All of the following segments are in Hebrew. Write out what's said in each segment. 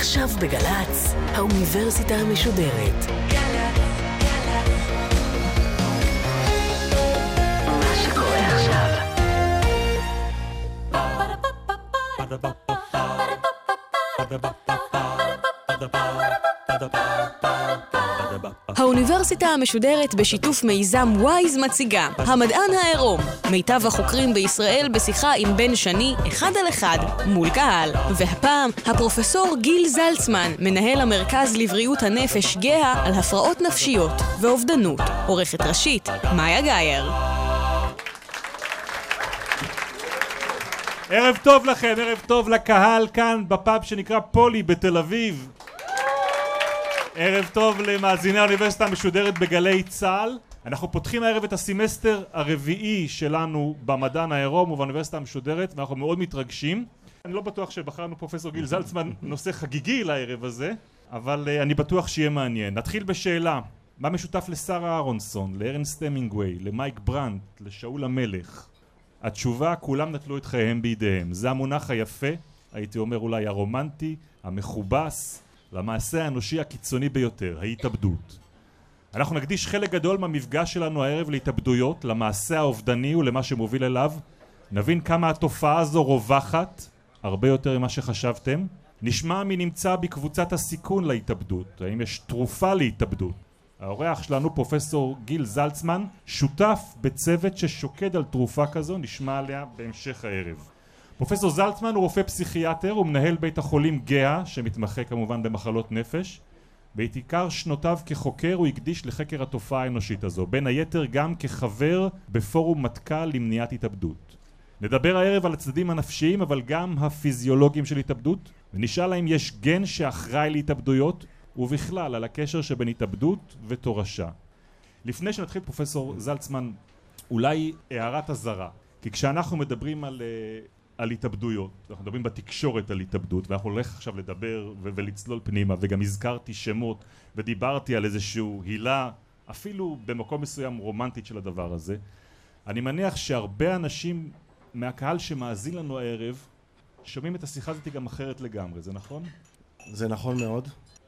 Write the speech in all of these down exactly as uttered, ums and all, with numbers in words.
עכשיו בגלץ, האוניברסיטה המשודרת. מה שקורה עכשיו. האוניברסיטה המשודרת בשיתוף מיזם וויז מציגה המדען העירום, מיטב החוקרים בישראל בשיחה עם בן שני אחד על אחד מול קהל. והפעם הפרופסור גיל זלצמן, מנהל המרכז לבריאות הנפש גאה, על הפרעות נפשיות ואובדנות. עורכת ראשית מאיה גייר. ערב טוב לכם, ערב טוב לקהל כאן בפאב שנקרא פולי בתל אביב. ערב טוב למאזיני האוניברסיטה המשודרת בגלי צה"ל. אנחנו פותחים הערב את הסמסטר הרביעי שלנו במדען העירום ובאוניברסיטה המשודרת, ואנחנו מאוד מתרגשים. אני לא בטוח שבחרנו פרופסור גיל זלצמן נושא חגיגי לערב הזה, אבל uh, אני בטוח שיהיה מעניין. נתחיל בשאלה, מה משותף לשרה אהרונסון, לארנסט המינגווי, למייק ברנט, לשאול המלך? התשובה, כולם נטלו את חייהם בידיהם. זה המונח היפה, הייתי אומר אולי הרומנטי, המכובס, למעשה האנושי הקיצוני ביותר, ההתאבדות. אנחנו נקדיש חלק גדול מהמפגש שלנו הערב להתאבדויות, למעשה האובדני ולמה שמוביל אליו. נבין כמה התופעה הזו רווחת, הרבה יותר ממה שחשבתם. נשמע מי נמצא בקבוצת הסיכון להתאבדות, האם יש תרופה להתאבדות. האורח שלנו פרופסור גיל זלצמן, שותף בצוות ששוקד על תרופה כזו, נשמע עליה בהמשך הערב. פרופסור זלצמן הוא רופא פסיכיאטר ומנהל בית החולים גאה, שמתמחה כמובן במחלות נפש. ואת עיקר שנותיו כחוקר הוא הקדיש לחקר התופעה האנושית הזו, בין היתר גם כחבר בפורום מטכ"ל למניעת התאבדות. נדבר הערב על הצדדים הנפשיים אבל גם הפיזיולוגיים של התאבדות, ונשאל האם יש גן שאחראי להתאבדויות, ובכלל על הקשר שבין התאבדות ותורשה. לפני שנתחיל פרופסור זלצמן, אולי הערת הזרה, כי כשאנחנו מדברים על על התאבדויות, אנחנו מדברים בתקשורת על התאבדות, ואנחנו הולך עכשיו לדבר ו- ולצלול פנימה, וגם הזכרתי שמות ודיברתי על איזשהו הילה, אפילו במקום מסוים רומנטית של הדבר הזה. אני מניח שהרבה אנשים מהקהל שמאזין לנו הערב שומעים את השיחה הזאת גם אחרת לגמרי, זה נכון? זה נכון מאוד.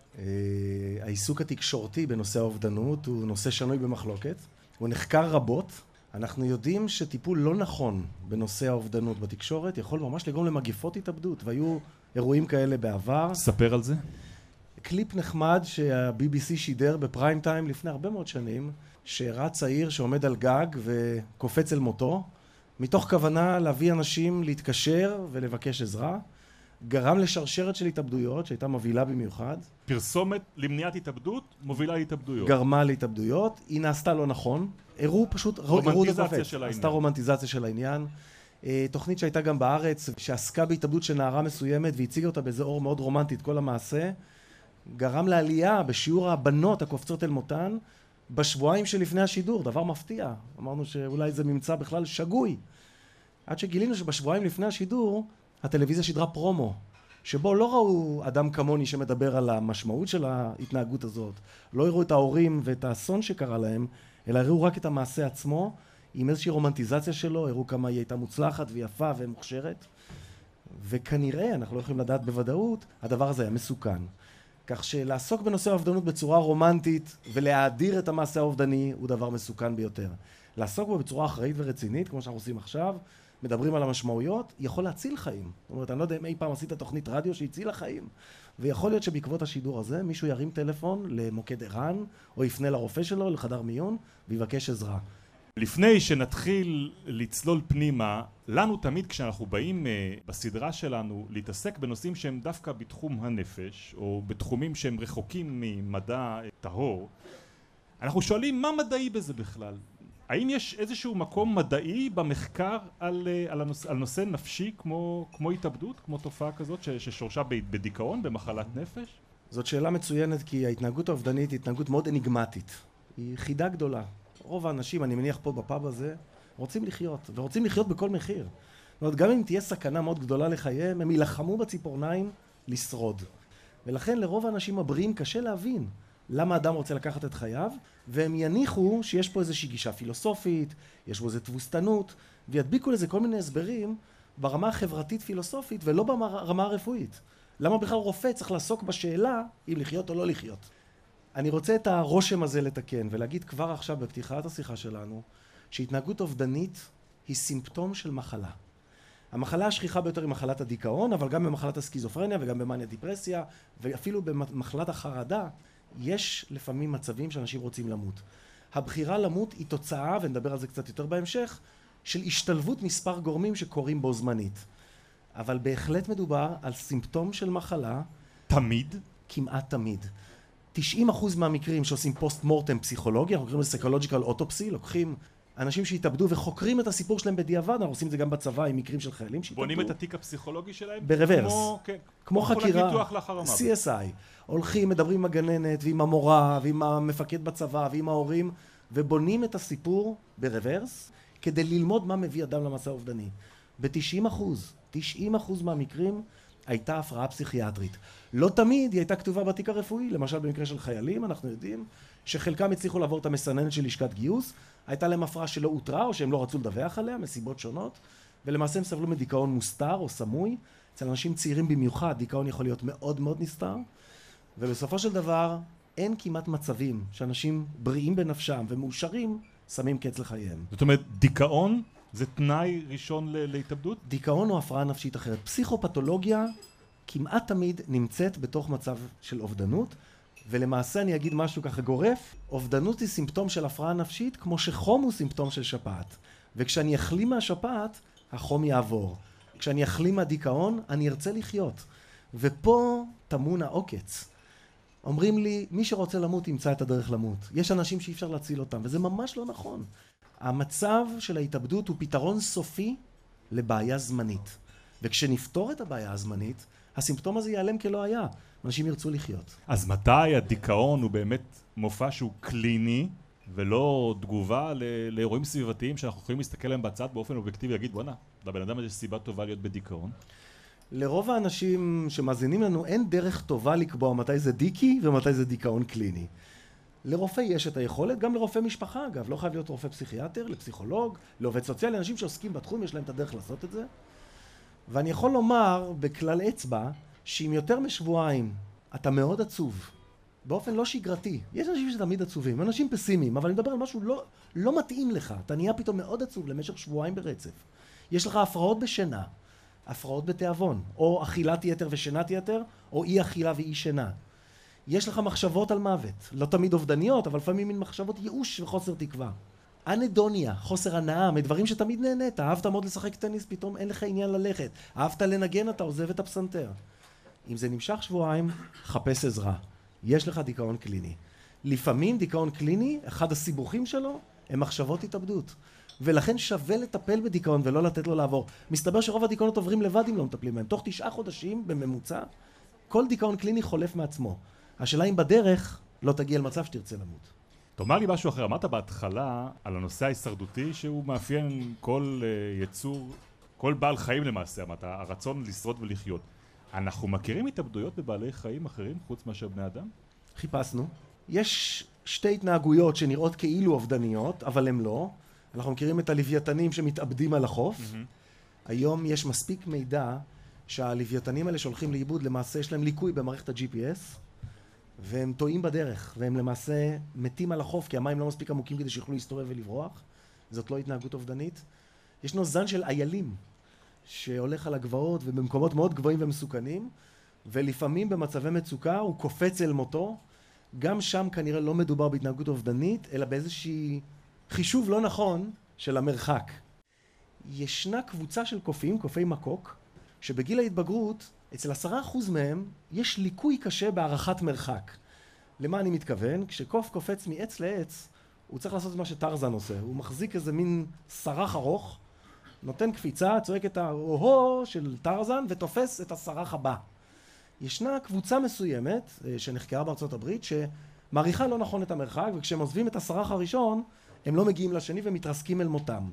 העיסוק התקשורתי בנושא האובדנות הוא נושא שנוי במחלוקת, הוא נחקר רבות. אנחנו יודעים שטיפול לא נכון בנושא האובדנות בתקשורת יכול ממש לגרום למגיפות התאבדות, והיו אירועים כאלה בעבר. ספר על זה. קליפ נחמד שה-בי בי סי שידר בפריים טיים לפני הרבה מאוד שנים, שהראה צעיר שעומד על גג וקופץ אל מותו, מתוך כוונה להביא אנשים להתקשר ולבקש עזרה, גרם לשרשרת של התאבדויות שהייתה מובילה במיוחד. פרסומת למניעת התאבדות מובילה להתאבדויות. גרמה להתאבדויות, היא נעשתה לא נכון. הראו פשוט, רומנטיזציה של העניין. עשתה רומנטיזציה של העניין. תוכנית שהייתה גם בארץ, שעסקה בהתאבדות של נערה מסוימת והציגה אותה באיזה אור מאוד רומנטית כל המעשה, גרם לעלייה בשיעור הבנות הקופצות אל מותן בשבועיים שלפני השידור, דבר מפתיע. אמרנו שאולי זה ממצא בכלל שגוי. עד שגילינו שבשבועיים לפני השידור, הטלוויזיה שידרה פרומו, שבו לא ראו אדם כמוני שמדבר על המשמעות של ההתנהגות הזאת, לא הראו את ההורים ואת האסון שקרה להם, אלא הראו רק את המעשה עצמו, עם איזושהי רומנטיזציה שלו, הראו כמה היא הייתה מוצלחת ויפה ומוכשרת, וכנראה, אנחנו לא יכולים לדעת בוודאות, הדבר הזה היה מסוכן. כך שלעסוק בנושא האובדנות בצורה רומנטית ולהאדיר את המעשה האובדני הוא דבר מסוכן ביותר. לעסוק בו בצורה אחראית ורצינית, כמו שאנחנו עושים עכשיו, מדברים על המשמעויות, יכול להציל חיים. זאת אומרת, אני לא יודע אם אי פעם עשית תוכנית רדיו שהצילה חיים, ויכול להיות שבעקבות השידור הזה מישהו ירים טלפון למוקד ער"ן, או יפנה לרופא שלו, לחדר מיון, ויבקש עזרה. לפני שנתחיל לצלול פנימה, לנו תמיד כשאנחנו באים uh, בסדרה שלנו להתעסק בנושאים שהם דווקא בתחום הנפש, או בתחומים שהם רחוקים ממדע טהור, אנחנו שואלים מה מדעי בזה בכלל? האם יש איזשהו מקום מדעי במחקר על, על, הנושא, על נושא נפשי כמו, כמו התאבדות, כמו תופעה כזאת ש, ששורשה בדיכאון, במחלת נפש? זאת שאלה מצוינת, כי ההתנהגות האובדנית היא התנהגות מאוד אניגמטית. היא חידה גדולה. רוב האנשים, אני מניח פה בפאב הזה, רוצים לחיות, ורוצים לחיות בכל מחיר. זאת אומרת, גם אם תהיה סכנה מאוד גדולה לחייהם, הם ילחמו בציפורניים לשרוד. ולכן לרוב האנשים הבריאים קשה להבין למה אדם רוצה לקחת את חייו, והם יניחו שיש פה איזושהי גישה פילוסופית, יש פה איזו תבוסתנות, וידביקו לזה כל מיני הסברים ברמה החברתית פילוסופית ולא ברמה הרפואית. למה בכלל רופא צריך לעסוק בשאלה אם לחיות או לא לחיות? אני רוצה את הרושם הזה לתקן ולהגיד כבר עכשיו בפתיחת השיחה שלנו שהתנהגות אובדנית היא סימפטום של מחלה. המחלה השכיחה ביותר היא מחלת הדיכאון, אבל גם במחלת הסקיזופרניה וגם במאניה דיפרסיה ואפילו במחלת החרדה יש לפעמים מצבים שאנשים רוצים למות. הבחירה למות היא תוצאה, ונדבר על זה קצת יותר בהמשך, של השתלבות מספר גורמים שקורים בו זמנית. אבל בהחלט מדובר על סימפטום של מחלה. תמיד? כמעט תמיד. תשעים אחוז מהמקרים שעושים פוסט מורטם פסיכולוגיה, אנחנו קוראים לזה psychological autopsy, לוקחים אנשים שהתאבדו וחוקרים את הסיפור שלהם בדיעבד, אנחנו עושים את זה גם בצבא עם מקרים של חיילים שהתאבדו. בונים את התיק הפסיכולוגי שלהם? ברוורס. כמו, כן, כמו חקירה, לאחר סי אס איי. הולכים, מדברים עם הגננת ועם המורה ועם המפקד בצבא ועם ההורים, ובונים את הסיפור ברוורס, כדי ללמוד מה מביא אדם למסע האובדני. ב-תשעים אחוז, תשעים אחוז מהמקרים הייתה הפרעה פסיכיאטרית. לא תמיד היא הייתה כתובה בתיק הרפואי, למשל במקרה של חיילים, אנחנו יודעים שחלקם הצליחו לעבור את המסננת של לשכת גיוס, הייתה להם הפרעה שלא הותרה או שהם לא רצו לדווח עליה מסיבות שונות, ולמעשה הם סבלו מדיכאון מוסתר או סמוי. אצל אנשים צעירים במיוחד דיכאון יכול להיות מאוד מאוד נסתר, ובסופו של דבר אין כמעט מצבים שאנשים בריאים בנפשם ומאושרים שמים קץ לחייהם. זאת אומרת, דיכאון זה תנאי ראשון להתאבדות? דיכאון או הפרעה נפשית אחרת. פסיכופתולוגיה כמעט תמיד נמצאת בתוך מצב של אובדנות, ולמעשה אני אגיד משהו ככה גורף, אובדנות היא סימפטום של הפרעה נפשית כמו שחום הוא סימפטום של שפעת. וכשאני אחלים מהשפעת, החום יעבור. כשאני אחלים מהדיכאון, אני ארצה לחיות. ופה טמון העוקץ. אומרים לי, מי שרוצה למות ימצא את הדרך למות. יש אנשים שאי אפשר להציל אותם, וזה ממש לא נכון. המצב של ההתאבדות הוא פתרון סופי לבעיה זמנית. וכשנפתור את הבעיה הזמנית, הסימפטום הזה ייעלם כלא היה. אנשים ירצו לחיות. אז מתי הדיכאון הוא באמת מופע שהוא קליני, ולא תגובה לאירועים סביבתיים שאנחנו יכולים להסתכל עליהם בצד באופן אובייקטיבי, להגיד, בוא'נה, לבן אדם יש סיבה טובה להיות בדיכאון? לרוב האנשים שמאזינים לנו אין דרך טובה לקבוע מתי זה דיקי ומתי זה דיכאון קליני. לרופא יש את היכולת, גם לרופא משפחה אגב, לא חייב להיות רופא פסיכיאטר, לפסיכולוג, לעובד סוציאלי, אנשים שעוסקים בתחום יש להם את הדרך לעשות את זה. ואני יכול לומר בכלל אצבע, שאם יותר משבועיים אתה מאוד עצוב, באופן לא שגרתי, יש אנשים שתמיד עצובים, אנשים פסימיים, אבל אני מדבר על משהו לא, לא מתאים לך, אתה נהיה פתאום מאוד עצוב למשך שבועיים ברצף. יש לך הפרעות בשינה, הפרעות בתיאבון, או אכילת יתר ושינת יתר, או אי אכילה ואי שינה. יש לך מחשבות על מוות, לא תמיד אובדניות, אבל לפעמים מין מחשבות ייאוש וחוסר תקווה. אנדוניה, חוסר הנאה, מדברים שתמיד נהנית, אהבת מאוד לשחק טניס, פתאום אין לך עניין ללכת, אהבת לנגן, אתה עוזב את הפסנתר. אם זה נמשך שבועיים, חפש עזרה. יש לך דיכאון קליני. לפעמים דיכאון קליני, אחד הסיבוכים שלו, הם מחשבות התאבדות. ולכן שווה לטפל בדיכאון ולא לתת לו לעבור. מסתבר שרוב הדיכאונות עוברים לבד אם לא מטפלים בהם. תוך תשעה חודשים בממוצע, כל דיכאון קליני חולף מעצמו. השאלה אם בדרך לא תגיע למצב שתרצה למות. תאמר לי משהו אחר, אמרת בהתחלה על הנושא ההישרדותי שהוא מאפיין כל uh, יצור, כל בעל חיים למעשה, אמרת, הרצון לשרוד ולחיות. אנחנו מכירים התאבדויות בבעלי חיים אחרים חוץ מאשר בני אדם? חיפשנו. יש שתי התנהגויות שנראות כאילו אובדניות, אבל הם לא. אנחנו מכירים את הלוויתנים שמתאבדים על החוף. Mm-hmm. היום יש מספיק מידע שהלוויתנים האלה שהולכים לאיבוד, למעשה יש להם ליקוי במערכת ה-ג'י פי אס, והם טועים בדרך, והם למעשה מתים על החוף, כי המים לא מספיק עמוקים כדי שיוכלו להסתובב ולברוח. זאת לא התנהגות אובדנית. ישנו זן של איילים, שהולך על הגבעות ובמקומות מאוד גבוהים ומסוכנים, ולפעמים במצבי מצוקה הוא קופץ אל מותו. גם שם כנראה לא מדובר בהתנהגות אובדנית, אלא באיזושהי חישוב לא נכון של המרחק. ישנה קבוצה של קופים, קופי מקוק, שבגיל ההתבגרות, אצל עשרה אחוז מהם, יש ליקוי קשה בהערכת מרחק. למה אני מתכוון? כשקוף קופץ מעץ לעץ, הוא צריך לעשות את מה שטרזן עושה. הוא מחזיק איזה מין סרח ארוך, נותן קפיצה, צועק את ההוא של טרזן ותופס את הסרח הבא. ישנה קבוצה מסוימת שנחקרה בארצות הברית שמעריכה לא נכון את המרחק, וכשהם עוזבים את הסרח הראשון הם לא מגיעים לשני ומתרסקים אל מותם.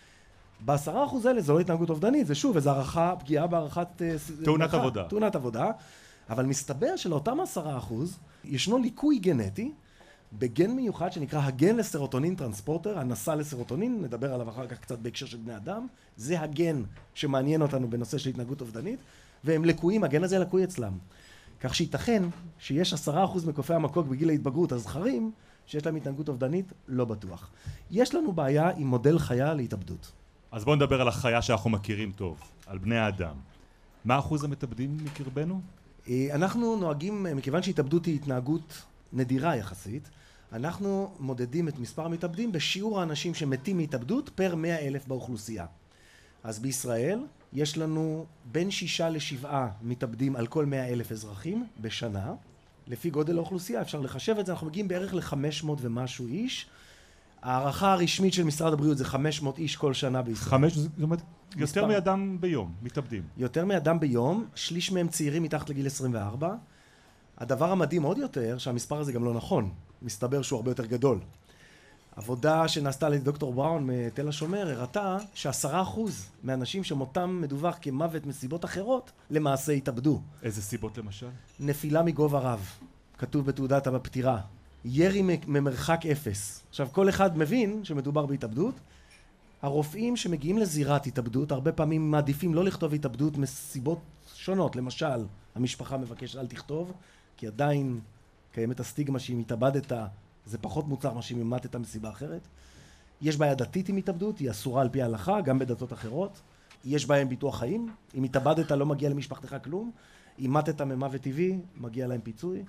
בעשרה אחוז האלה זה לא התנהגות אובדנית, זה שוב איזו הערכה, פגיעה בערכת תאונת עבודה. תאונת עבודה, אבל מסתבר שלאותם עשרה אחוז ישנו ליקוי גנטי בגן מיוחד שנקרא הגן לסרוטונין טרנספורטר, הנשא לסרוטונין, נדבר עליו אחר כך קצת בהקשר של בני אדם, זה הגן שמעניין אותנו בנושא של התנהגות אובדנית, והם לקויים, הגן הזה לקוי אצלם. כך שייתכן שיש עשרה אחוז מקופי המקוק בגיל ההתבגרות, הזכרים, שיש להם התנהגות אובדנית, לא בטוח. יש לנו בעיה עם מודל חיה להתאבדות. אז בואו נדבר על החיה שאנחנו מכירים טוב, על בני האדם. מה אחוז המתאבדים מקרבנו? אנחנו נוהגים, מכיוון שהתאבדות היא התנהגות נדירה יחסית, אנחנו מודדים את מספר המתאבדים בשיעור האנשים שמתים מהתאבדות פר מאה אלף באוכלוסייה. אז בישראל יש לנו בין שישה לשבעה מתאבדים על כל מאה אלף אזרחים בשנה. לפי גודל האוכלוסייה אפשר לחשב את זה, אנחנו מגיעים בערך ל-חמש מאות ומשהו איש. הערכה הרשמית של משרד הבריאות זה חמש מאות איש כל שנה בישראל. חמש, זאת אומרת, יותר מאדם ביום, מתאבדים. יותר מאדם ביום, שליש מהם צעירים מתחת לגיל עשרים וארבע. הדבר המדהים עוד יותר, שהמספר הזה גם לא נכון, מסתבר שהוא הרבה יותר גדול. עבודה שנעשתה על ידי דוקטור בראון מתל השומר הראתה שעשרה אחוז מהאנשים שמותם מדווח כמוות מסיבות אחרות למעשה התאבדו. איזה סיבות למשל? נפילה מגובה רב, כתוב בתעודת הפטירה. ירי ממרחק אפס. עכשיו כל אחד מבין שמדובר בהתאבדות. הרופאים שמגיעים לזירת התאבדות הרבה פעמים מעדיפים לא לכתוב התאבדות מסיבות שונות. למשל, המשפחה מבקשת אל תכתוב, כי עדיין קיימת הסטיגמה שאם התאבדת זה פחות מוצר מה שאם מתת מסיבה אחרת. יש בעיה דתית עם התאבדות, היא אסורה על פי ההלכה, גם בדתות אחרות. יש בעיה עם ביטוח חיים, אם התאבדת לא מגיע למשפחתך כלום, אם מתת ממוות טבעי, מגיע להם פיצוי.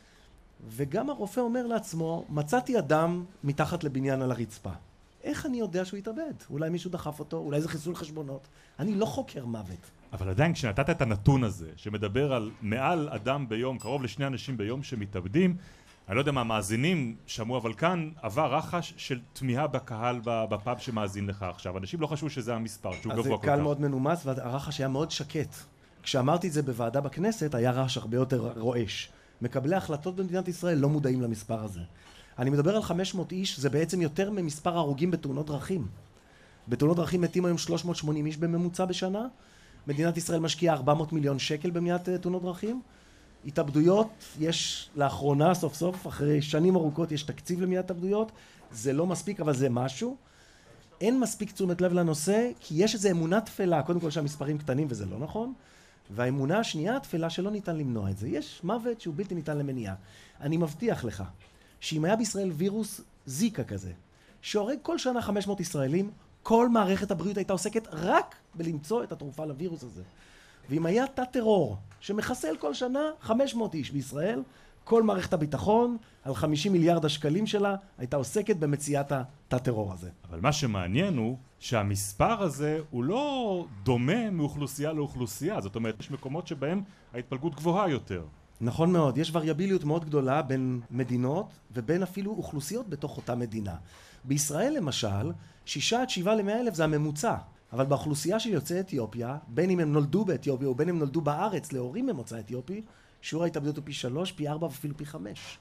וגם הרופא אומר לעצמו, מצאתי אדם מתחת לבניין על הרצפה. איך אני יודע שהוא יתאבד? אולי מישהו דחף אותו, אולי זה חיסול חשבונות. אני לא חוקר מוות. אבל עדיין כשנתת את הנתון הזה, שמדבר על מעל אדם ביום, קרוב לשני אנשים ביום שמתאבדים, אני לא יודע מה המאזינים שמעו, אבל כאן עבר רחש של תמיהה בקהל בפאב שמאזין לך עכשיו. אנשים לא חשבו שזה המספר, שהוא גבוה כל כך. אז זה קהל מאוד מנומס, והרחש היה מאוד שקט. כשאמרתי את זה בוועדה בכנסת, היה רעש הרבה יותר רועש. מקבלי ההחלטות במדינת ישראל לא מודעים למספר הזה. אני מדבר על חמש מאות איש, זה בעצם יותר ממספר הרוגים בתאונות דרכים. בתאונות דרכים מתים היום שלוש מאות ושמונים איש בממוצע בשנה. מדינת ישראל משקיעה ארבע מאות מיליון שקל במניעת תאונות דרכים. התאבדויות, יש לאחרונה סוף סוף, אחרי שנים ארוכות יש תקציב למניעת התאבדויות. זה לא מספיק, אבל זה משהו. אין מספיק תשומת לב לנושא, כי יש איזו אמונה תפלה, קודם כל שהמספרים קטנים וזה לא נכון. והאמונה השנייה התפלה שלא ניתן למנוע את זה. יש מוות שהוא בלתי ניתן למניעה. אני מבטיח לך שאם היה בישראל וירוס זיקה כזה, שהורג כל שנה חמש מאות ישראלים, כל מערכת הבריאות הייתה עוסקת רק בלמצוא את התרופה לווירוס הזה. ואם היה תא טרור שמחסל כל שנה חמש מאות איש בישראל, כל מערכת הביטחון על חמישים מיליארד השקלים שלה הייתה עוסקת במציאת התא טרור הזה. אבל מה שמעניין הוא שהמספר הזה הוא לא דומה מאוכלוסייה לאוכלוסייה. זאת אומרת, יש מקומות שבהם ההתפלגות גבוהה יותר. נכון מאוד, יש וריאביליות מאוד גדולה בין מדינות ובין אפילו אוכלוסיות בתוך אותה מדינה. בישראל למשל, שישה עד שבעה למאה אלף זה הממוצע. אבל באוכלוסייה של יוצאי אתיופיה, בין אם הם נולדו באתיופיה או בין אם נולדו בארץ להורים ממוצא אתיופי, שיעור ההתאבדות הוא פי שלוש, פי ארבע ואפילו פי חמש.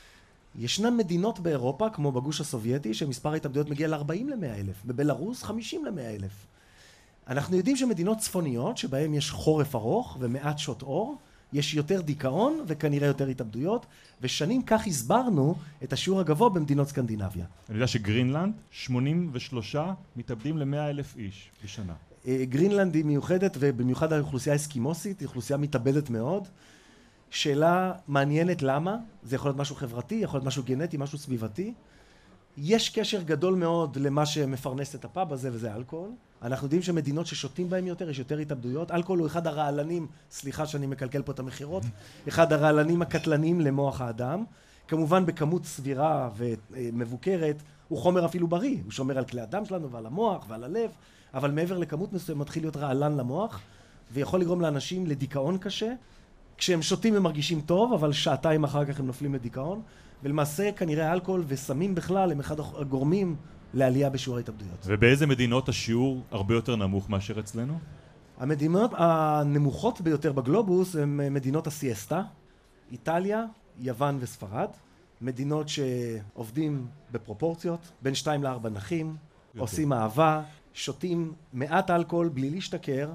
ישנן מדינות באירופה, כמו בגוש הסובייטי, שמספר ההתאבדויות מגיע ל-ארבעים למאה אלף, בבלרוס חמישים למאה אלף. אנחנו יודעים שמדינות צפוניות, שבהן יש חורף ארוך ומעט שעות אור, יש יותר דיכאון וכנראה יותר התאבדויות, ושנים כך הסברנו את השיעור הגבוה במדינות סקנדינביה. אני יודע שגרינלנד, שמונים ושלושה מתאבדים למאה אלף איש בשנה. גרינלנד היא מיוחדת, ובמיוחד האוכלוסייה האסקימוסית, היא אוכלוסייה מתאבדת מאוד. שאלה מעניינת למה, זה יכול להיות משהו חברתי, יכול להיות משהו גנטי, משהו סביבתי. יש קשר גדול מאוד למה שמפרנס את הפאב הזה, וזה אלכוהול. אנחנו יודעים שמדינות ששותים בהם יותר, יש יותר התאבדויות. אלכוהול הוא אחד הרעלנים, סליחה שאני מקלקל פה את המחירות, אחד הרעלנים הקטלניים למוח האדם. כמובן בכמות סבירה ומבוקרת, הוא חומר אפילו בריא. הוא שומר על כלי הדם שלנו ועל המוח ועל הלב, אבל מעבר לכמות מסוים מתחיל להיות רעלן למוח, ויכול לגרום לאנשים לדיכאון קשה. כשהם שותים הם מרגישים טוב, אבל שעתיים אחר כך הם נופלים לדיכאון. ולמעשה כנראה אלכוהול וסמים בכלל הם אחד הגורמים לעלייה בשיעור ההתאבדויות. ובאיזה מדינות השיעור הרבה יותר נמוך מאשר אצלנו? המדינות הנמוכות ביותר בגלובוס הן מדינות הסיאסטה, איטליה, יוון וספרד. מדינות שעובדים בפרופורציות, בין שתיים לארבע נחים, יותר. עושים אהבה, שותים מעט אלכוהול בלי להשתכר,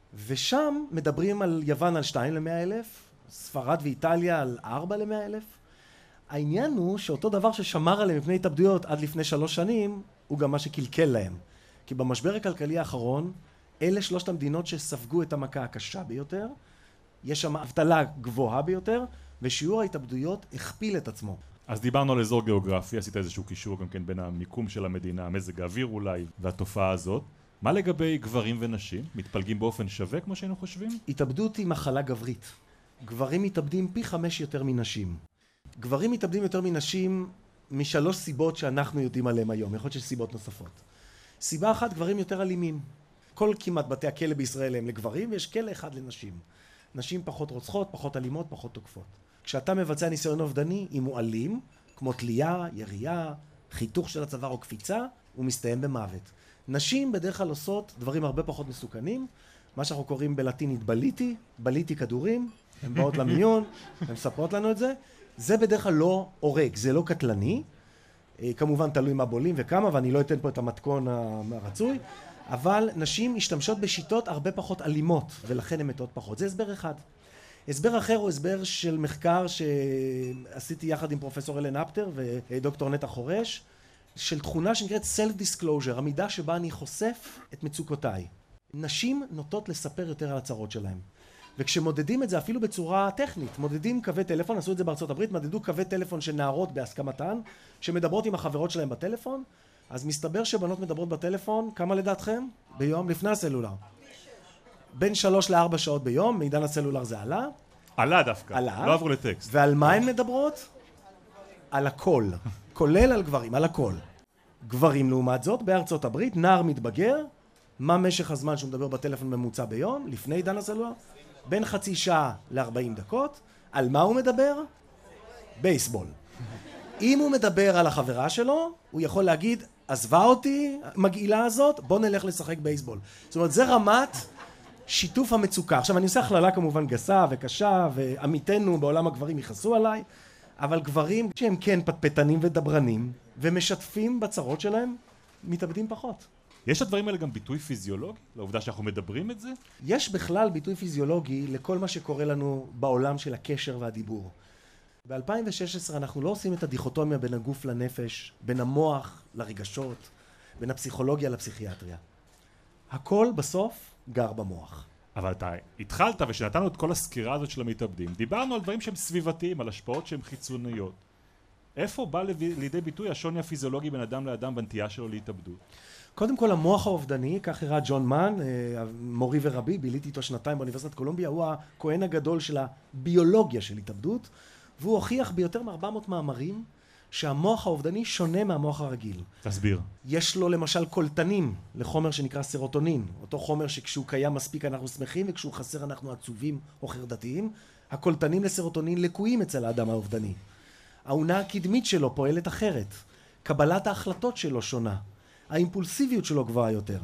ושם מדברים על יוון על שתיים למאה אלף, ספרד ואיטליה על ארבע למאה אלף. העניין הוא שאותו דבר ששמר עליהם מפני התאבדויות עד לפני שלוש שנים, הוא גם מה שקלקל להם. כי במשבר הכלכלי האחרון, אלה שלושת המדינות שספגו את המכה הקשה ביותר, יש שם אבטלה גבוהה ביותר, ושיעור ההתאבדויות הכפיל את עצמו. אז דיברנו על אזור גיאוגרפי, עשית איזשהו קישור גם כן בין המיקום של המדינה, מזג האוויר אולי, והתופעה הזאת. מה לגבי גברים ונשים? מתפלגים באופן שווה כמו שהיינו חושבים? התאבדות היא מחלה גברית. גברים מתאבדים פי חמש יותר מנשים. גברים מתאבדים יותר מנשים משלוש סיבות שאנחנו יודעים עליהם היום, יכול להיות שיש סיבות נוספות. סיבה אחת, גברים יותר אלימים. כל כמעט בתי הכלא בישראל הם לגברים, ויש כלא אחד לנשים. נשים פחות רוצחות, פחות אלימות, פחות תוקפות. כשאתה מבצע ניסיון אובדני, אם הוא אלים, כמו תלייה, ירייה, חיתוך של הצוואר או קפיצה, הוא מסתיים במוות. נשים בדרך כלל עושות דברים הרבה פחות מסוכנים, מה שאנחנו קוראים בלטינית בליטי, בליטי כדורים, הן באות למיון, הן מספרות לנו את זה. זה בדרך כלל לא הורג, זה לא קטלני, כמובן תלוי מה בולים וכמה, ואני לא אתן פה את המתכון הרצוי, אבל נשים משתמשות בשיטות הרבה פחות אלימות, ולכן הן מתות פחות. זה הסבר אחד. הסבר אחר הוא הסבר של מחקר שעשיתי יחד עם פרופסור אלן אפטר ודוקטור נטע חורש, של תכונה שנקראת self-disclosure, המידה שבה אני חושף את מצוקותיי. נשים נוטות לספר יותר על הצרות שלהם. וכשמודדים את זה אפילו בצורה טכנית, מודדים קווי טלפון, עשו את זה בארצות הברית, מדדו קווי טלפון של נערות בהסכמתן, שמדברות עם החברות שלהם בטלפון, אז מסתבר שבנות מדברות בטלפון, כמה לדעתכם? ביום לפני הסלולר. בין שלוש לארבע שעות ביום, מעידן הסלולר זה עלה. עלה דווקא, עלה. לא עברו לטקסט. ועל מה הן מדברות? על הכל, כולל על גברים, על הכל. גברים לעומת זאת, בארצות הברית, נער מתבגר, מה משך הזמן שהוא מדבר בטלפון ממוצע ביום, לפני עידן הסלולר? בין חצי שעה ל-ארבעים דקות. על מה הוא מדבר? בייסבול. אם הוא מדבר על החברה שלו, הוא יכול להגיד, עזבה אותי, מגעילה הזאת, בוא נלך לשחק בייסבול. זאת אומרת, זה רמת שיתוף המצוקה. עכשיו, אני עושה הכללה כמובן גסה וקשה, ועמיתנו בעולם הגברים יכעסו עליי, אבל גברים שהם כן פטפטנים ודברנים, ומשתפים בצרות שלהם, מתאבדים פחות. יש הדברים האלה גם ביטוי פיזיולוגי? לעובדה שאנחנו מדברים את זה? יש בכלל ביטוי פיזיולוגי לכל מה שקורה לנו בעולם של הקשר והדיבור. ב-אלפיים ושש עשרה אנחנו לא עושים את הדיכוטומיה בין הגוף לנפש, בין המוח לרגשות, בין הפסיכולוגיה לפסיכיאטריה. הכל בסוף גר במוח. אבל אתה התחלת ושנתנו את כל הסקירה הזאת של המתאבדים. דיברנו על דברים שהם סביבתיים, על השפעות שהן חיצוניות. איפה בא לידי ביטוי השוני הפיזיולוגי בין אדם לאדם בנטייה שלו להתאבדות? קודם כל המוח האובדני, כך הראה ג'ון מן, מורי ורבי, ביליתי איתו שנתיים באוניברסיטת קולומביה, הוא הכהן הגדול של הביולוגיה של התאבדות, והוא הוכיח ביותר מ-ארבע מאות מאמרים שהמוח האובדני שונה מהמוח הרגיל. תסביר. יש לו למשל קולטנים לחומר שנקרא סרוטונין, אותו חומר שכשהוא קיים מספיק אנחנו שמחים וכשהוא חסר אנחנו עצובים או חרדתיים. הקולטנים לסרוטונין לקויים אצל האדם האובדני. העונה הקדמית שלו פועלת אחרת. קבלת ההחלטות שלו שונה. האימפולסיביות שלו גבוהה יותר.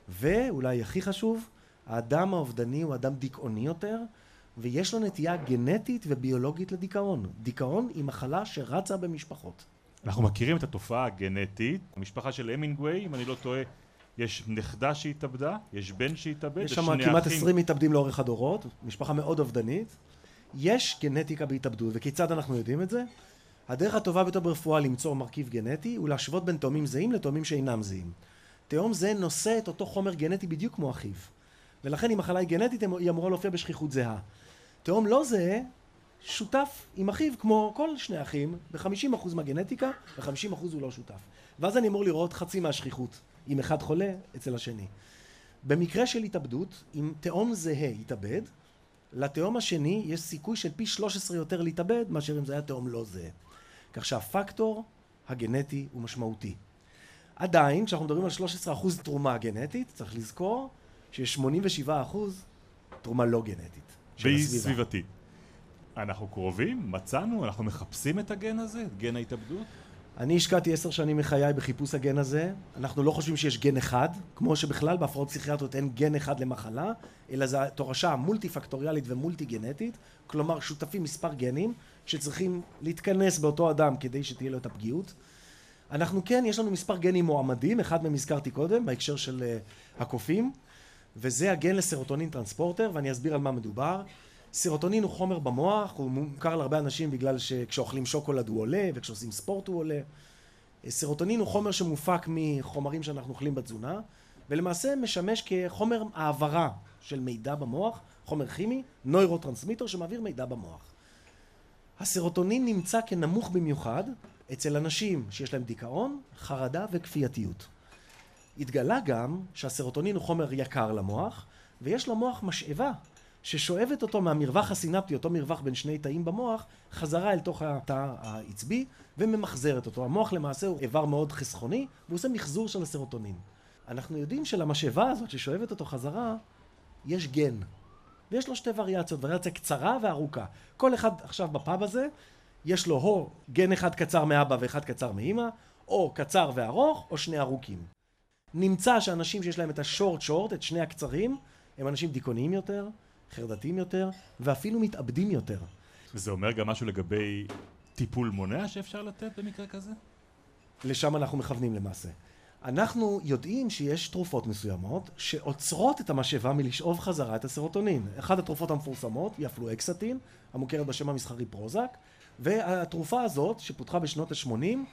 ואולי הכי חשוב, האדם האובדני הוא אדם דיכאוני יותר, ויש לו נטייה גנטית וביולוגית לדיכאון. דיכאון היא מחלה שרצה במשפחות. אנחנו מכירים את התופעה הגנטית. המשפחה של המינגווי, אם אני לא טועה, יש נכדה שהתאבדה, יש בן שהתאבד, יש שם כמעט עשרים מתאבדים לאורך הדורות, משפחה מאוד אובדנית. יש גנטיקה בהתאבדות, וכיצד אנחנו יודעים את זה? הדרך הטובה ביותר ברפואה למצוא מרכיב גנטי הוא להשוות בין תאומים זהים לתאומים שאינם זהים. תאום זה נושא את אותו חומר גנטי בדיוק כמו אחיו. ולכן אם מחלה היא גנטית היא אמורה להופיע בשכיחות זהה. תאום לא זהה שותף עם אחיו כמו כל שני אחים ב-חמישים אחוז מהגנטיקה ו-חמישים אחוז הוא לא שותף. ואז אני אמור לראות חצי מהשכיחות אם אחד חולה אצל השני. במקרה של התאבדות, אם תאום זהה יתאבד, לתאום השני יש סיכוי של פי שלוש עשרה יותר להתאבד מאשר אם זה היה תאום לא זהה. כך שהפקטור הגנטי הוא משמעותי. עדיין, כשאנחנו מדברים על שלושה עשר אחוז תרומה גנטית, צריך לזכור שיש שמונים ושבעה אחוז תרומה לא גנטית. והיא סביבתית. אנחנו קרובים, מצאנו, אנחנו מחפשים את הגן הזה, את גן ההתאבדות? אני השקעתי עשר שנים מחיי בחיפוש הגן הזה. אנחנו לא חושבים שיש גן אחד, כמו שבכלל בהפרעות פסיכיאטריות אין גן אחד למחלה, אלא זו תורשה מולטי-פקטוריאלית ומולטי-גנטית, כלומר שותפים מספר גנים שצריכים להתכנס באותו אדם כדי שתהיה לו את הפגיעות. אנחנו כן, יש לנו מספר גנים מועמדים, אחד מהם הזכרתי קודם, בהקשר של uh, הקופים, וזה הגן לסרוטונין טרנספורטר, ואני אסביר על מה מדובר. סרוטונין הוא חומר במוח, הוא מוכר להרבה אנשים בגלל שכשאוכלים שוקולד הוא עולה, וכשעושים ספורט הוא עולה. סרוטונין הוא חומר שמופק מחומרים שאנחנו אוכלים בתזונה, ולמעשה משמש כחומר העברה של מידע במוח, חומר כימי, נוירוטרנסמיטר שמעביר מידע במוח. הסרוטונין נמצא כנמוך במיוחד אצל אנשים שיש להם דיכאון, חרדה וכפייתיות. התגלה גם שהסרוטונין הוא חומר יקר למוח, ויש למוח משאבה ששואבת אותו מהמרווח הסינפטי, אותו מרווח בין שני תאים במוח, חזרה אל תוך התא העצבי וממחזרת אותו. המוח למעשה הוא איבר מאוד חסכוני, והוא עושה מחזור של הסרוטונין. אנחנו יודעים שלמשאבה הזאת ששואבת אותו חזרה, יש גן. ויש לו שתי וריאציות, וריאציה קצרה וארוכה. כל אחד עכשיו בפאב הזה, יש לו או גן אחד קצר מאבא ואחד קצר מאמא, או קצר וארוך, או שני ארוכים. נמצא שאנשים שיש להם את השורט שורט, את שני הקצרים, הם אנשים דיכאוניים יותר, חרדתיים יותר, ואפילו מתאבדים יותר. וזה אומר גם משהו לגבי טיפול מונע שאפשר לתת במקרה כזה? לשם אנחנו מכוונים למעשה. אנחנו יודעים שיש תרופות מסוימות שעוצרות את המשאבה מלשאוב חזרה את הסרוטונין. אחת התרופות המפורסמות היא הפלואקסטין, המוכרת בשם המסחרי פרוזק, והתרופה הזאת שפותחה בשנות ה-שמונים,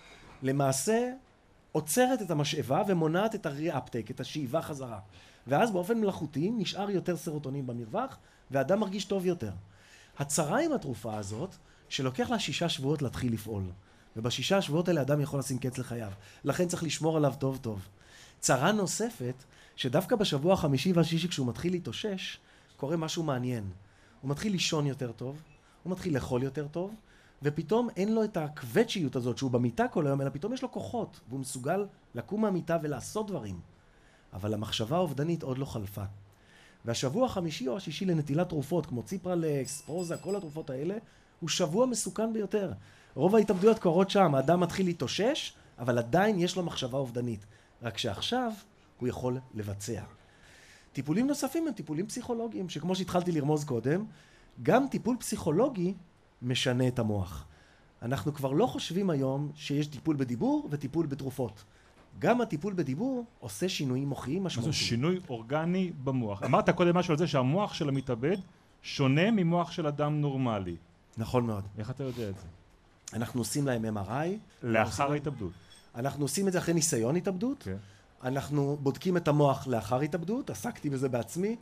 למעשה עוצרת את המשאבה ומונעת את הרי-אפטק, את השאיבה חזרה. ואז באופן מלאכותי נשאר יותר סרוטונין במרווח, והאדם מרגיש טוב יותר. הצרה עם התרופה הזאת, שלוקח לה שישה שבועות להתחיל לפעול. ובשישה שבועות האלה אדם יכול לשים קץ לחייו. לכן צריך לשמור עליו טוב טוב. צרה נוספת, שדווקא בשבוע החמישי והשישי כשהוא מתחיל להתאושש, קורה משהו מעניין. הוא מתחיל לישון יותר טוב, הוא מתחיל לאכול יותר טוב, ופתאום אין לו את הקווצ'יות הזאת שהוא במיטה כל היום, אלא פתאום יש לו כוחות, והוא מסוגל לקום מהמיטה ולעשות דברים. אבל המחשבה האובדנית עוד לא חלפה. והשבוע החמישי או השישי לנטילת תרופות, כמו ציפרלקס, פרוזק, כל התרופות האלה, הוא שבוע מסוכן ביותר. רוב ההתאבדויות קורות שם, האדם מתחיל להתאושש, אבל עדיין יש לו מחשבה אובדנית. רק שעכשיו הוא יכול לבצע. טיפולים נוספים הם טיפולים פסיכולוגיים, שכמו שהתחלתי לרמוז קודם, גם טיפול פסיכולוגי משנה את המוח. אנחנו כבר לא חושבים היום שיש טיפול בדיבור וטיפול בתרופות. גם הטיפול בדיבור עושה שינויים מוחיים משמעותיים. מה זה שינוי אורגני במוח? אמרת קודם משהו על זה שהמוח של המתאבד שונה ממוח של אדם נורמלי. נכון מאוד. איך אתה יודע את זה? אנחנו עושים להם אם אר איי. לאחר ההתאבדות. אנחנו עושים את זה אחרי ניסיון התאבדות. Okay. אנחנו בודקים את המוח לאחר התאבדות, עסקתי בזה בעצמי.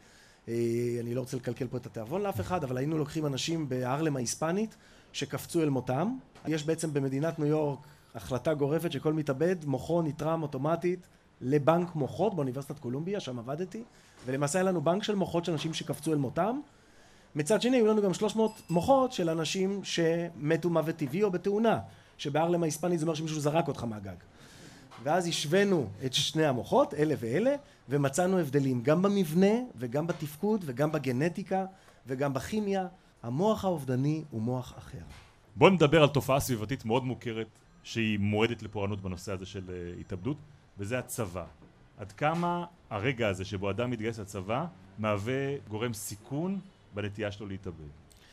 אני לא רוצה לקלקל פה את התיאבון לאף אחד, אבל היינו לוקחים אנשים בהרלם ההיספנית שקפצו אל מותם. יש בעצם במדינת ניו יורק החלטה גורפת שכל מתאבד, מוחו נתרם אוטומטית לבנק מוחות באוניברסיטת קולומביה, שם עבדתי, ולמעשה היה לנו בנק של מוחות של אנשים שקפצו אל מותם. מצד שני, היו לנו גם שלוש מאות מוחות של אנשים שמתו מוות טבעי או בתאונה, שבהרלם ההיספנית זה אומר שמישהו זרק אותך מהגג. ואז השווינו את שני המוחות, אלה ואלה, ומצאנו הבדלים גם במבנה וגם בתפקוד וגם בגנטיקה וגם בכימיה. המוח האובדני הוא מוח אחר. בואו נדבר על תופעה סביבתית מאוד מוכרת שהיא מועדת לפורענות בנושא הזה של uh, התאבדות, וזה הצבא. עד כמה הרגע הזה שבו אדם מתגייס לצבא מהווה גורם סיכון בנטייה שלו להתאבד?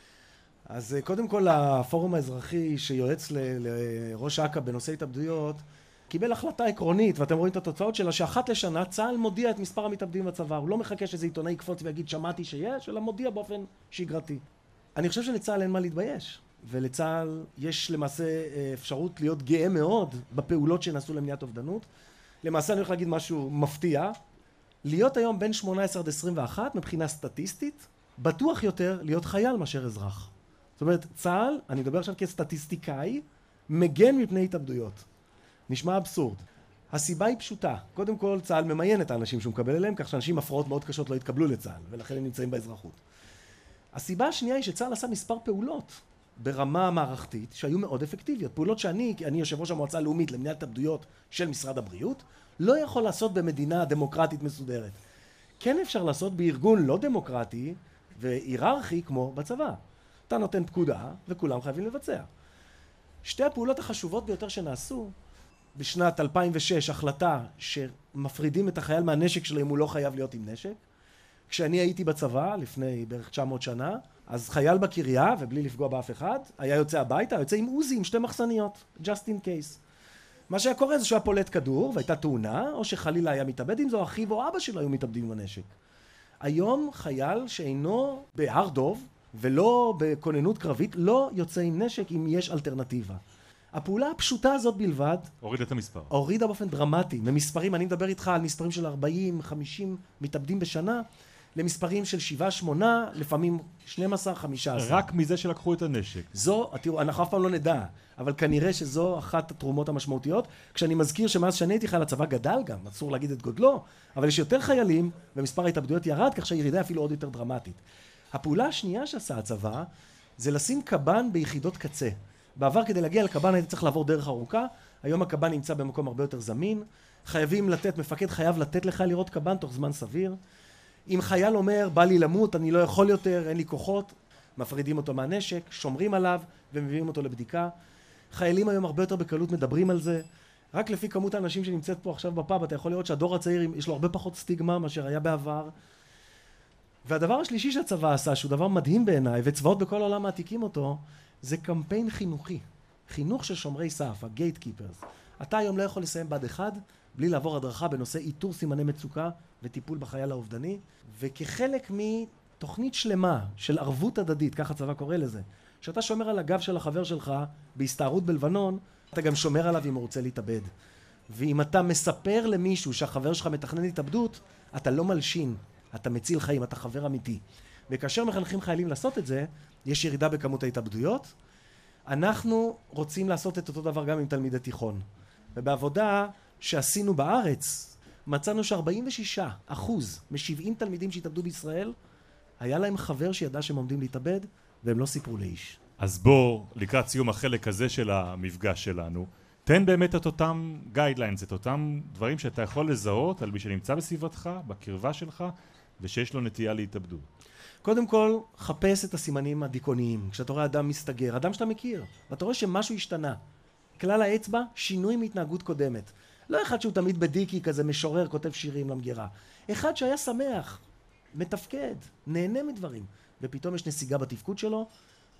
אז קודם כל הפורום האזרחי שיועץ ל- לראש אכ"א בנושא התאבדויות קיבל החלטה עקרונית, ואתם רואים את התוצאות שלה, שאחת לשנה צה"ל מודיע את מספר המתאבדים בצבא. הוא לא מחכה שזה עיתונאי יקפוץ ויגיד שמעתי שיש, אלא מודיע באופן שגרתי. אני חושב שלצה"ל אין מה להתבייש, ולצה"ל יש למעשה אפשרות להיות גאה מאוד בפעולות שנעשו למניעת אובדנות. למעשה אני הולך להגיד משהו מפתיע, להיות היום בין שמונה עשרה עד עשרים ואחת מבחינה סטטיסטית, בטוח יותר להיות חייל מאשר אזרח. זאת אומרת, צה"ל, אני מדבר עכשיו כסטטיסטיקאי, מגן מפני התאבדויות. נשמע אבסורד. הסיבה היא פשוטה. קודם כל, צה"ל ממיין את האנשים שהוא מקבל אליהם, כך שאנשים עם הפרעות מאוד קשות לא יתקבלו לצה"ל, ולכן הם נמצאים באזרחות. הסיבה השנייה היא שצה"ל עשה מספר פעולות ברמה מערכתית שהיו מאוד אפקטיביות. פעולות שאני, אני יושב ראש המועצה הלאומית למניעת התאבדויות של משרד הבריאות, לא יכול לעשות במדינה דמוקרטית מסודרת. כן אפשר לעשות בארגון לא דמוקרטי והיררכי כמו בצבא. אתה נותן פקודה וכולם חייבים לבצע. שתי הפעולות החשובות ביותר שנעשו, בשנת אלפיים ושש החלטה שמפרידים את החייל מהנשק שלו אם הוא לא חייב להיות עם נשק. כשאני הייתי בצבא לפני בערך תשע מאות שנה, אז חייל בקריה, ובלי לפגוע באף אחד, היה יוצא הביתה, יוצא עם עוזי עם שתי מחסניות, just in case. מה שהיה קורה זה שהוא היה פולט כדור והייתה תאונה, או שחלילה היה מתאבד עם זו, אחיו או אבא שלו היו מתאבדים עם הנשק. היום חייל שאינו בהר דוב ולא בכוננות קרבית לא יוצא עם נשק אם יש אלטרנטיבה. הפעולה הפשוטה הזאת בלבד, הוריד את המספר. הורידה באופן דרמטי, ממספרים, אני מדבר איתך על מספרים של ארבעים חמישים מתאבדים בשנה, למספרים של שבע שמונה, לפעמים שתים עשרה חמש עשרה. רק מזה שלקחו את הנשק. זו, תראו, אנחנו אף פעם לא נדע, אבל כנראה שזו אחת התרומות המשמעותיות, כשאני מזכיר שמאז שאני הייתי חייל הצבא גדל גם, אסור להגיד את גודלו, אבל יש יותר חיילים, ומספר ההתאבדויות ירד, כך שהירידה אפילו עוד יותר דרמטית. הפעולה השנייה שעשה הצבא, זה לשים קב"ן ביחידות קצה. בעבר כדי להגיע לקב"ן הייתי צריך לעבור דרך ארוכה, היום הקב"ן נמצא במקום הרבה יותר זמין, חייבים לתת, מפקד חייב לתת לך לראות קב"ן תוך זמן סביר. אם חייל אומר, בא לי למות, אני לא יכול יותר, אין לי כוחות, מפרידים אותו מהנשק, שומרים עליו ומביאים אותו לבדיקה. חיילים היום הרבה יותר בקלות מדברים על זה. רק לפי כמות האנשים שנמצאת פה עכשיו בפאב, אתה יכול לראות שהדור הצעיר יש לו הרבה פחות סטיגמה מאשר היה בעבר. והדבר השלישי שהצבא עשה, שהוא דבר מדהים בעיניי, וצבאות בכל העולם מעתיקים אותו, זה קמפיין חינוכי. חינוך של שומרי סף, הגייט קיפרס. אתה היום לא יכול לסיים בד אחד, בלי לעבור הדרכה בנושא איתור סימני מצוקה וטיפול בחייל האובדני, וכחלק מתוכנית שלמה של ערבות הדדית, כך הצבא קורא לזה, שאתה שומר על הגב של החבר שלך בהסתערות בלבנון, אתה גם שומר עליו אם הוא רוצה להתאבד. ואם אתה מספר למישהו שהחבר שלך מתכנן התאבדות, אתה לא מלשין, אתה מציל חיים, אתה חבר אמיתי. וכאשר מחנכים חיילים לעשות את זה, יש ירידה בכמות ההתאבדויות. אנחנו רוצים לעשות את אותו דבר גם עם תלמידי תיכון. ובעבודה שעשינו בארץ, מצאנו ש-ארבעים ושישה אחוז מ-שבעים תלמידים שהתאבדו בישראל, היה להם חבר שידע שהם עומדים להתאבד, והם לא סיפרו לאיש. אז בוא, לקראת סיום החלק הזה של המפגש שלנו, תן באמת את אותם גיידליינס, את אותם דברים שאתה יכול לזהות על מי שנמצא בסביבתך, בקרבה שלך, ושיש לו נטייה להתאבדות. קודם כל, חפש את הסימנים הדיכאוניים. כשאתה רואה אדם מסתגר, אדם שאתה מכיר, ואתה רואה שמשהו השתנה. כלל האצבע, שינוי מהתנהגות קודמת. לא אחד שהוא תמיד בדיקי כזה משורר, כותב שירים למגירה. אחד שהיה שמח, מתפקד, נהנה מדברים, ופתאום יש נסיגה בתפקוד שלו,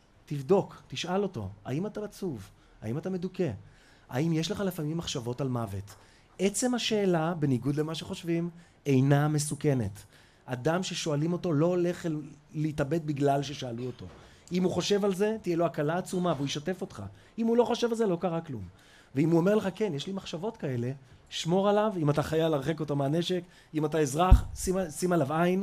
תבדוק, תשאל אותו, האם אתה עצוב? האם אתה מדוכא? האם יש לך לפעמים מחשבות על מוות? עצם השאלה, בניגוד למה שחושבים, אינה מסוכנת. אדם ששואלים אותו לא הולך להתאבד בגלל ששאלו אותו. אם הוא חושב על זה, תהיה לו הקלה עצומה והוא ישתף אותך. אם הוא לא חושב על זה, לא קרה כלום. ואם הוא אומר לך, כן, יש לי מחשבות כאלה, שמור עליו, אם אתה חייל להרחק אותו מהנשק, אם אתה אזרח, שים, שים עליו עין,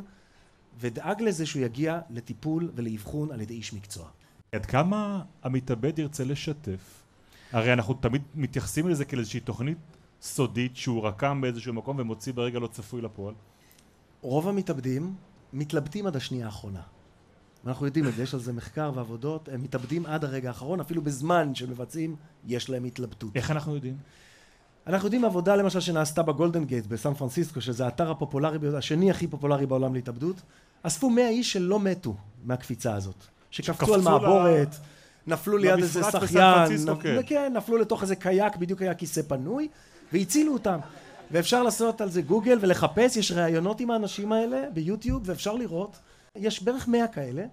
ודאג לזה שהוא יגיע לטיפול ולאבחון על ידי איש מקצוע. עד כמה המתאבד ירצה לשתף? הרי אנחנו תמיד מתייחסים לזה כאיזושהי תוכנית סודית שהוא רקם באיזשהו מקום ומוציא ברגע לא צפוי לפועל. רוב המתאבדים מתלבטים עד השנייה האחרונה. אנחנו יודעים את זה, יש על זה מחקר ועבודות, הם מתאבדים עד הרגע האחרון, אפילו בזמן שמבצעים, יש להם התלבטות. איך אנחנו יודעים? אנחנו יודעים עבודה למשל שנעשתה בגולדן גייט בסן פרנסיסקו, שזה האתר הפופולרי, השני הכי פופולרי בעולם להתאבדות, אספו מאה איש שלא מתו מהקפיצה הזאת. שקפצו על מעבורת, ל... נפלו ליד איזה שחיין, נפ... כן. כן, נפלו לתוך איזה קייק, בדיוק היה כיסא פנוי, והצילו אותם. ואפשר לעשות על זה גוגל ולחפש, יש ראיונות עם האנשים האלה ביוטיוב, ואפשר לראות, יש בערך מאה כאלה,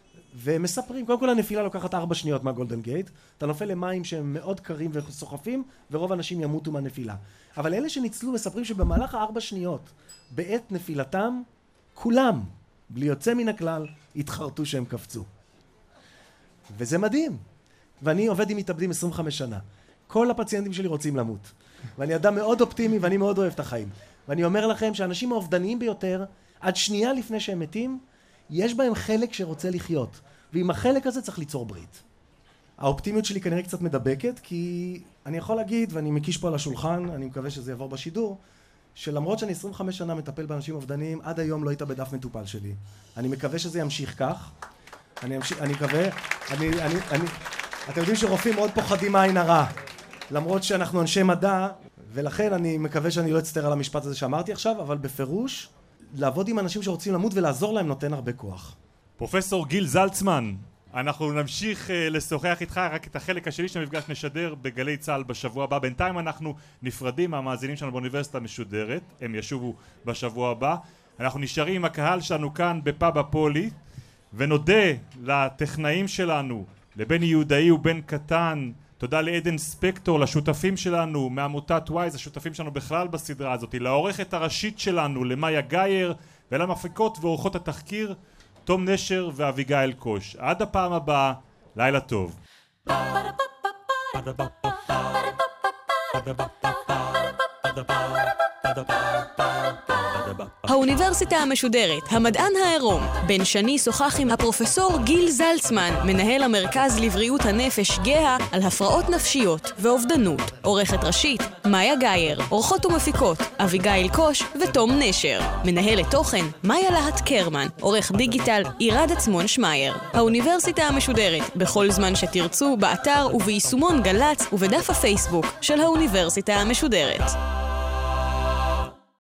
ומספרים, קודם כל הנפילה לוקחת ארבע שניות מהגולדן גייט, אתה נופל למים שהם מאוד קרים וסוחפים, ורוב האנשים ימותו מהנפילה. אבל אלה שניצלו מספרים שבמהלך הארבע שניות, בעת נפילתם, כולם, בלי יוצא מן הכלל, התחרטו שהם קפצו. וזה מדהים. ואני עובד עם מתאבדים עשרים וחמש שנה. כל הפציינטים שלי רוצים למות. ואני אדם מאוד אופטימי ואני מאוד אוהב את החיים. ואני אומר לכם שהאנשים האובדניים ביותר, עד שנייה לפני שהם מתים, יש בהם חלק שרוצה לחיות. ועם החלק הזה צריך ליצור ברית. האופטימיות שלי כנראה קצת מדבקת, כי אני יכול להגיד, ואני מקיש פה על השולחן, אני מקווה שזה יעבור בשידור, שלמרות שאני עשרים וחמש שנה מטפל באנשים אובדניים, עד היום לא התאבד אף מטופל שלי. אני מקווה שזה ימשיך כך. אני אמשיך, אני מקווה, אני, אני, אני, אתם יודעים שרופאים מאוד פוחדים מעין הרע, למרות שאנחנו אנשי מדע, ולכן אני מקווה שאני לא אצטער על המשפט הזה שאמרתי עכשיו, אבל בפירוש, לעבוד עם אנשים שרוצים למות ולעזור להם נותן הרבה כוח. פרופסור גיל זלצמן, אנחנו נמשיך uh, לשוחח איתך, רק את החלק השני של המפגש נשדר בגלי צה"ל בשבוע הבא. בינתיים אנחנו נפרדים מהמאזינים שלנו באוניברסיטה המשודרת, הם ישובו בשבוע הבא. אנחנו נשארים עם הקהל שלנו כאן בפאב הפולי, ונודה לטכנאים שלנו, לבני יהודאי ובן קטן, תודה לעדן ספקטור, לשותפים שלנו מעמותת וויז, השותפים שלנו בכלל בסדרה הזאת, לעורכת הראשית שלנו, למאיה גייר, ולמפיקות ועורכות התחקיר, תום נשר ואביגיל קוש. עד הפעם הבאה, לילה טוב. האוניברסיטה המשודרת, המדען העירום. בן שני שוחח עם הפרופסור גיל זלצמן, מנהל המרכז לבריאות הנפש גאה, על הפרעות נפשיות ואובדנות. עורכת ראשית, מאיה גייר. עורכות ומפיקות, אביגיל קוש ותום נשר. מנהלת תוכן, מאיה להט קרמן. עורך דיגיטל, עירד עצמון שמייר. האוניברסיטה המשודרת, בכל זמן שתרצו, באתר וביישומון גלץ ובדף הפייסבוק של האוניברסיטה המשודרת.